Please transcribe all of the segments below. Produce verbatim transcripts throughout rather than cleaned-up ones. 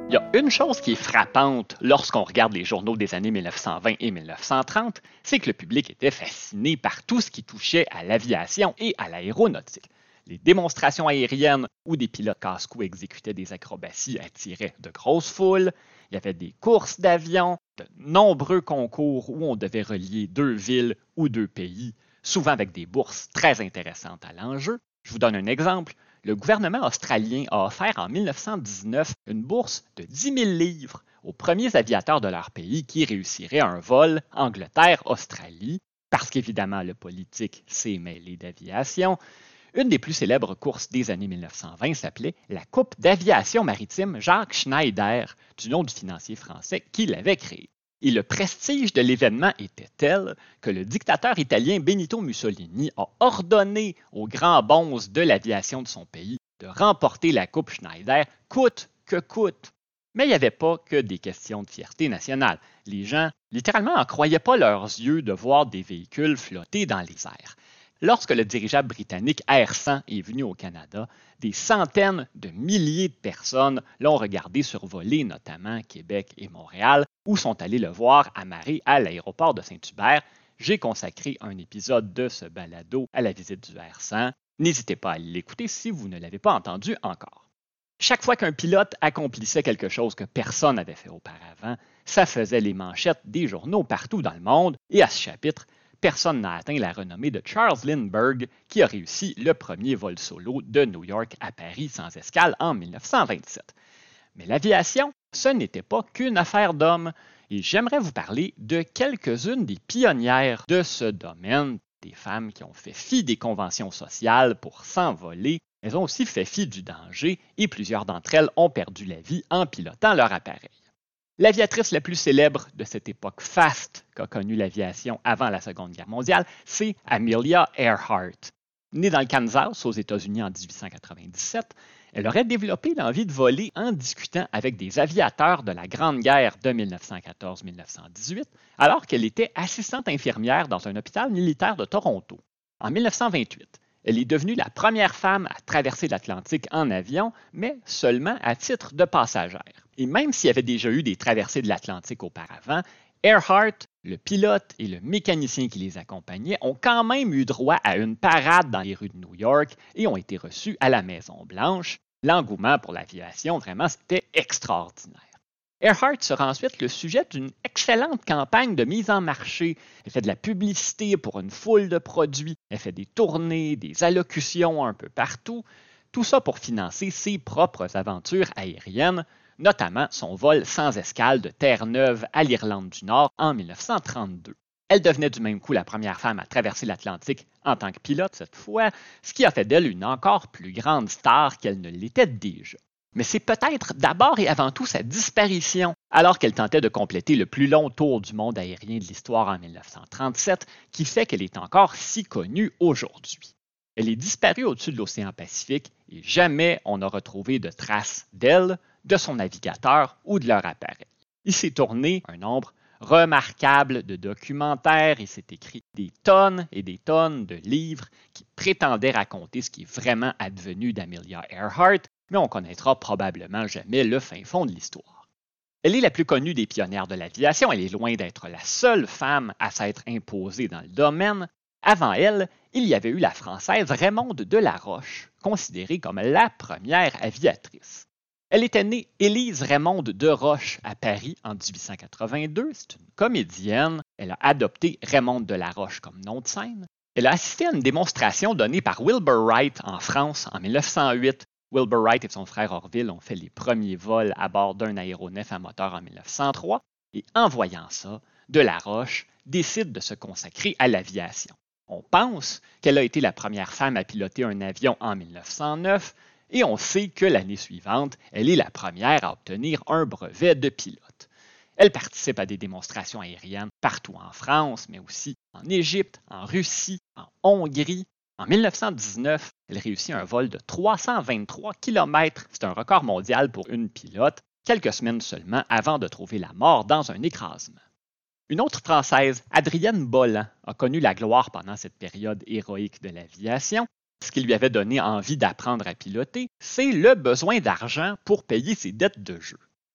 Il y a une chose qui est frappante lorsqu'on regarde les journaux des années mille neuf cent vingt et mille neuf cent trente, c'est que le public était fasciné par tout ce qui touchait à l'aviation et à l'aéronautique. Les démonstrations aériennes où des pilotes casse-cou exécutaient des acrobaties attiraient de grosses foules. Il y avait des courses d'avions, de nombreux concours où on devait relier deux villes ou deux pays, souvent avec des bourses très intéressantes à l'enjeu. Je vous donne un exemple. Le gouvernement australien a offert en mille neuf cent dix-neuf une bourse de dix mille livres aux premiers aviateurs de leur pays qui réussiraient un vol Angleterre-Australie, parce qu'évidemment le politique s'est mêlé d'aviation. Une des plus célèbres courses des années mille neuf cent vingt s'appelait la Coupe d'aviation maritime Jacques Schneider, du nom du financier français qui l'avait créée. Et le prestige de l'événement était tel que le dictateur italien Benito Mussolini a ordonné aux grands bonzes de l'aviation de son pays de remporter la Coupe Schneider coûte que coûte. Mais il n'y avait pas que des questions de fierté nationale. Les gens, littéralement, n'en croyaient pas leurs yeux de voir des véhicules flotter dans les airs. Lorsque le dirigeable britannique Air cent est venu au Canada, des centaines de milliers de personnes l'ont regardé survoler notamment Québec et Montréal, ou sont allés le voir amarré à l'aéroport de Saint-Hubert. J'ai consacré un épisode de ce balado à la visite du Air cent. N'hésitez pas à l'écouter si vous ne l'avez pas entendu encore. Chaque fois qu'un pilote accomplissait quelque chose que personne n'avait fait auparavant, ça faisait les manchettes des journaux partout dans le monde, et à ce chapitre, personne n'a atteint la renommée de Charles Lindbergh, qui a réussi le premier vol solo de New York à Paris sans escale en mille neuf cent vingt-sept. Mais l'aviation, ce n'était pas qu'une affaire d'hommes, et j'aimerais vous parler de quelques-unes des pionnières de ce domaine, des femmes qui ont fait fi des conventions sociales pour s'envoler. Elles ont aussi fait fi du danger, et plusieurs d'entre elles ont perdu la vie en pilotant leur appareil. L'aviatrice la plus célèbre de cette époque faste qu'a connue l'aviation avant la Seconde Guerre mondiale, c'est Amelia Earhart. Née dans le Kansas, aux États-Unis en dix-huit cent quatre-vingt-dix-sept, elle aurait développé l'envie de voler en discutant avec des aviateurs de la Grande Guerre de mille neuf cent quatorze à mille neuf cent dix-huit, alors qu'elle était assistante infirmière dans un hôpital militaire de Toronto. En mille neuf cent vingt-huit, elle est devenue la première femme à traverser l'Atlantique en avion, mais seulement à titre de passagère. Et même s'il y avait déjà eu des traversées de l'Atlantique auparavant, Earhart, le pilote et le mécanicien qui les accompagnaient ont quand même eu droit à une parade dans les rues de New York et ont été reçus à la Maison-Blanche. L'engouement pour l'aviation, vraiment, c'était extraordinaire. Earhart sera ensuite le sujet d'une excellente campagne de mise en marché. Elle fait de la publicité pour une foule de produits, elle fait des tournées, des allocutions un peu partout, tout ça pour financer ses propres aventures aériennes, notamment son vol sans escale de Terre-Neuve à l'Irlande du Nord en mille neuf cent trente-deux. Elle devenait du même coup la première femme à traverser l'Atlantique en tant que pilote cette fois, ce qui a fait d'elle une encore plus grande star qu'elle ne l'était déjà. Mais c'est peut-être d'abord et avant tout sa disparition, alors qu'elle tentait de compléter le plus long tour du monde aérien de l'histoire en mille neuf cent trente-sept, qui fait qu'elle est encore si connue aujourd'hui. Elle est disparue au-dessus de l'océan Pacifique et jamais on n'a retrouvé de traces d'elle, de son navigateur ou de leur appareil. Il s'est tourné un nombre remarquable de documentaires, il s'est écrit des tonnes et des tonnes de livres qui prétendaient raconter ce qui est vraiment advenu d'Amelia Earhart, mais on ne connaîtra probablement jamais le fin fond de l'histoire. Elle est la plus connue des pionnières de l'aviation, elle est loin d'être la seule femme à s'être imposée dans le domaine. Avant elle, il y avait eu la Française Raymonde de la Roche, considérée comme la première aviatrice. Elle était née Élise Raymonde de Roche à Paris en dix-huit cent quatre-vingt-deux. C'est une comédienne. Elle a adopté Raymonde de la Roche comme nom de scène. Elle a assisté à une démonstration donnée par Wilbur Wright en France en mille neuf cent huit. Wilbur Wright et son frère Orville ont fait les premiers vols à bord d'un aéronef à moteur en mille neuf cent trois. Et en voyant ça, de la Roche décide de se consacrer à l'aviation. On pense qu'elle a été la première femme à piloter un avion en mille neuf cent neuf, et on sait que l'année suivante, elle est la première à obtenir un brevet de pilote. Elle participe à des démonstrations aériennes partout en France, mais aussi en Égypte, en Russie, en Hongrie. En mille neuf cent dix-neuf, elle réussit un vol de trois cent vingt-trois kilomètres. C'est un record mondial pour une pilote, quelques semaines seulement avant de trouver la mort dans un écrasement. Une autre Française, Adrienne Bolland, a connu la gloire pendant cette période héroïque de l'aviation. Ce qui lui avait donné envie d'apprendre à piloter, c'est le besoin d'argent pour payer ses dettes de jeu.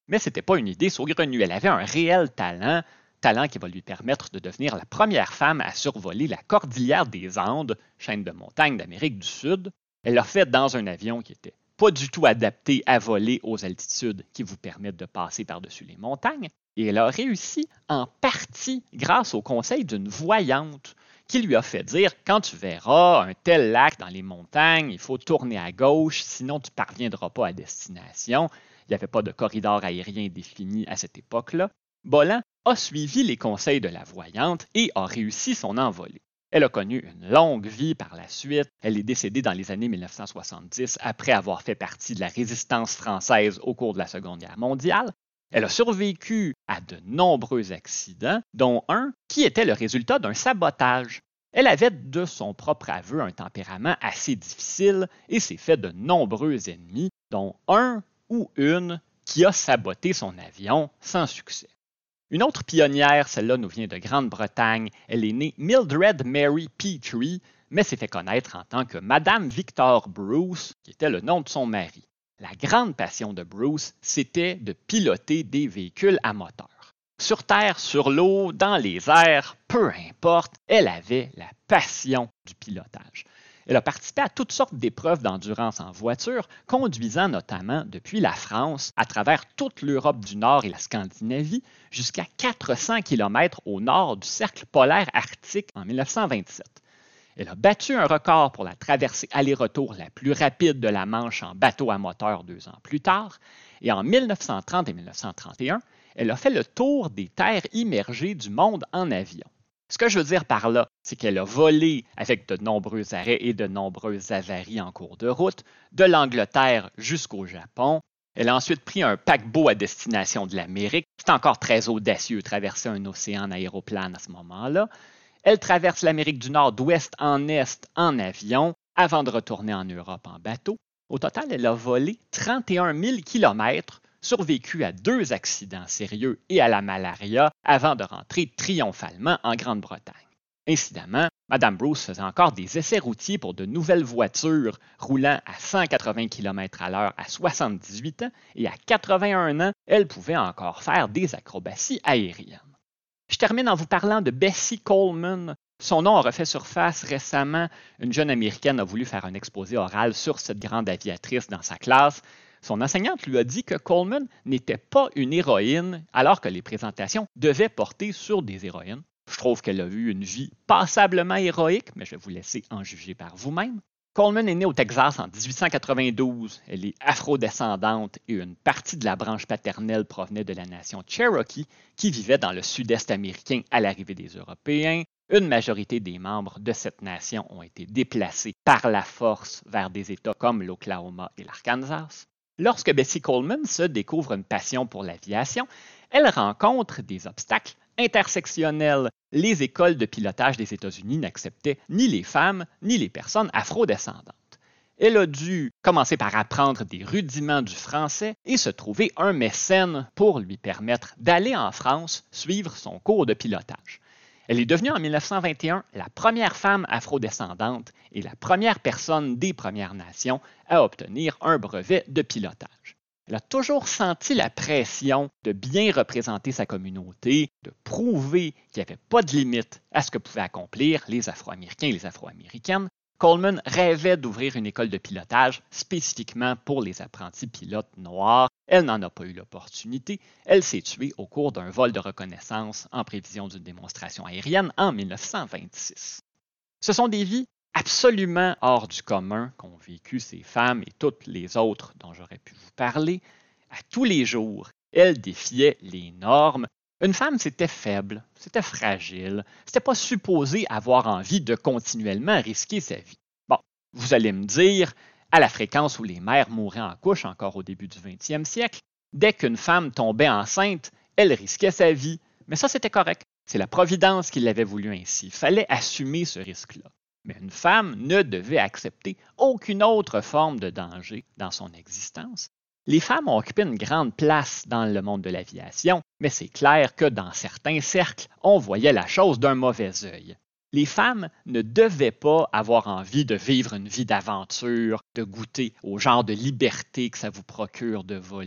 Mais ce n'était pas une idée saugrenue. Elle avait un réel talent, talent qui va lui permettre de devenir la première femme à survoler la cordillère des Andes, chaîne de montagnes d'Amérique du Sud. Elle l'a fait dans un avion qui était pas du tout adapté à voler aux altitudes qui vous permettent de passer par-dessus les montagnes. Et elle a réussi en partie grâce au conseil d'une voyante qui lui a fait dire « Quand tu verras un tel lac dans les montagnes, il faut tourner à gauche, sinon tu ne parviendras pas à destination. » Il n'y avait pas de corridor aérien défini à cette époque-là. Bolland a suivi les conseils de la voyante et a réussi son envolée. Elle a connu une longue vie par la suite. Elle est décédée dans les années mille neuf cent soixante-dix après avoir fait partie de la résistance française au cours de la Seconde Guerre mondiale. Elle a survécu à de nombreux accidents, dont un qui était le résultat d'un sabotage. Elle avait de son propre aveu un tempérament assez difficile et s'est fait de nombreux ennemis, dont un ou une qui a saboté son avion sans succès. Une autre pionnière, celle-là nous vient de Grande-Bretagne. Elle est née Mildred Mary Petrie, mais s'est fait connaître en tant que Madame Victor Bruce, qui était le nom de son mari. La grande passion de Bruce, c'était de piloter des véhicules à moteur. Sur terre, sur l'eau, dans les airs, peu importe, elle avait la passion du pilotage. Elle a participé à toutes sortes d'épreuves d'endurance en voiture, conduisant notamment depuis la France à travers toute l'Europe du Nord et la Scandinavie jusqu'à quatre cents kilomètres au nord du cercle polaire arctique en mille neuf cent vingt-sept. Elle a battu un record pour la traversée aller-retour la plus rapide de la Manche en bateau à moteur deux ans plus tard, et en mille neuf cent trente et mille neuf cent trente et un, elle a fait le tour des terres immergées du monde en avion. Ce que je veux dire par là, c'est qu'elle a volé avec de nombreux arrêts et de nombreuses avaries en cours de route, de l'Angleterre jusqu'au Japon. Elle a ensuite pris un paquebot à destination de l'Amérique. C'est encore très audacieux de traverser un océan en aéroplane à ce moment-là. Elle traverse l'Amérique du Nord d'ouest en est en avion avant de retourner en Europe en bateau. Au total, elle a volé trente et un mille kilomètres, survécu à deux accidents sérieux et à la malaria avant de rentrer triomphalement en Grande-Bretagne. Incidemment, Mme Bruce faisait encore des essais routiers pour de nouvelles voitures roulant à cent quatre-vingts kilomètres à l'heure à soixante-dix-huit ans et à quatre-vingt-un ans, elle pouvait encore faire des acrobaties aériennes. Je termine en vous parlant de Bessie Coleman. Son nom a refait surface récemment. Une jeune Américaine a voulu faire un exposé oral sur cette grande aviatrice dans sa classe. Son enseignante lui a dit que Coleman n'était pas une héroïne alors que les présentations devaient porter sur des héroïnes. Je trouve qu'elle a eu une vie passablement héroïque, mais je vais vous laisser en juger par vous-même. Coleman est née au Texas en dix-huit cent quatre-vingt-douze. Elle est afrodescendante et une partie de la branche paternelle provenait de la nation Cherokee qui vivait dans le sud-est américain à l'arrivée des Européens. Une majorité des membres de cette nation ont été déplacés par la force vers des États comme l'Oklahoma et l'Arkansas. Lorsque Bessie Coleman se découvre une passion pour l'aviation, elle rencontre des obstacles intersectionnels. Les écoles de pilotage des États-Unis n'acceptaient ni les femmes ni les personnes afrodescendantes. Elle a dû commencer par apprendre des rudiments du français et se trouver un mécène pour lui permettre d'aller en France suivre son cours de pilotage. Elle est devenue en mille neuf cent vingt et un la première femme afrodescendante et la première personne des Premières Nations à obtenir un brevet de pilotage. Elle a toujours senti la pression de bien représenter sa communauté, de prouver qu'il n'y avait pas de limite à ce que pouvaient accomplir les Afro-Américains et les Afro-Américaines. Coleman rêvait d'ouvrir une école de pilotage spécifiquement pour les apprentis pilotes noirs. Elle n'en a pas eu l'opportunité. Elle s'est tuée au cours d'un vol de reconnaissance en prévision d'une démonstration aérienne en mille neuf cent vingt-six. Ce sont des vies absolument hors du commun qu'ont vécu ces femmes et toutes les autres dont j'aurais pu vous parler. À tous les jours, elles défiaient les normes. Une femme, c'était faible, c'était fragile, c'était pas supposé avoir envie de continuellement risquer sa vie. Bon, vous allez me dire, à la fréquence où les mères mouraient en couche encore au début du vingtième siècle, dès qu'une femme tombait enceinte, elle risquait sa vie. Mais ça, c'était correct. C'est la Providence qui l'avait voulu ainsi. Il fallait assumer ce risque-là. Mais une femme ne devait accepter aucune autre forme de danger dans son existence. Les femmes ont occupé une grande place dans le monde de l'aviation, mais c'est clair que dans certains cercles, on voyait la chose d'un mauvais œil. Les femmes ne devaient pas avoir envie de vivre une vie d'aventure, de goûter au genre de liberté que ça vous procure de voler.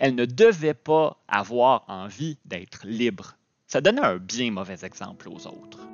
elle ne devait pas avoir envie d'être libre. Ça donnait un bien mauvais exemple aux autres.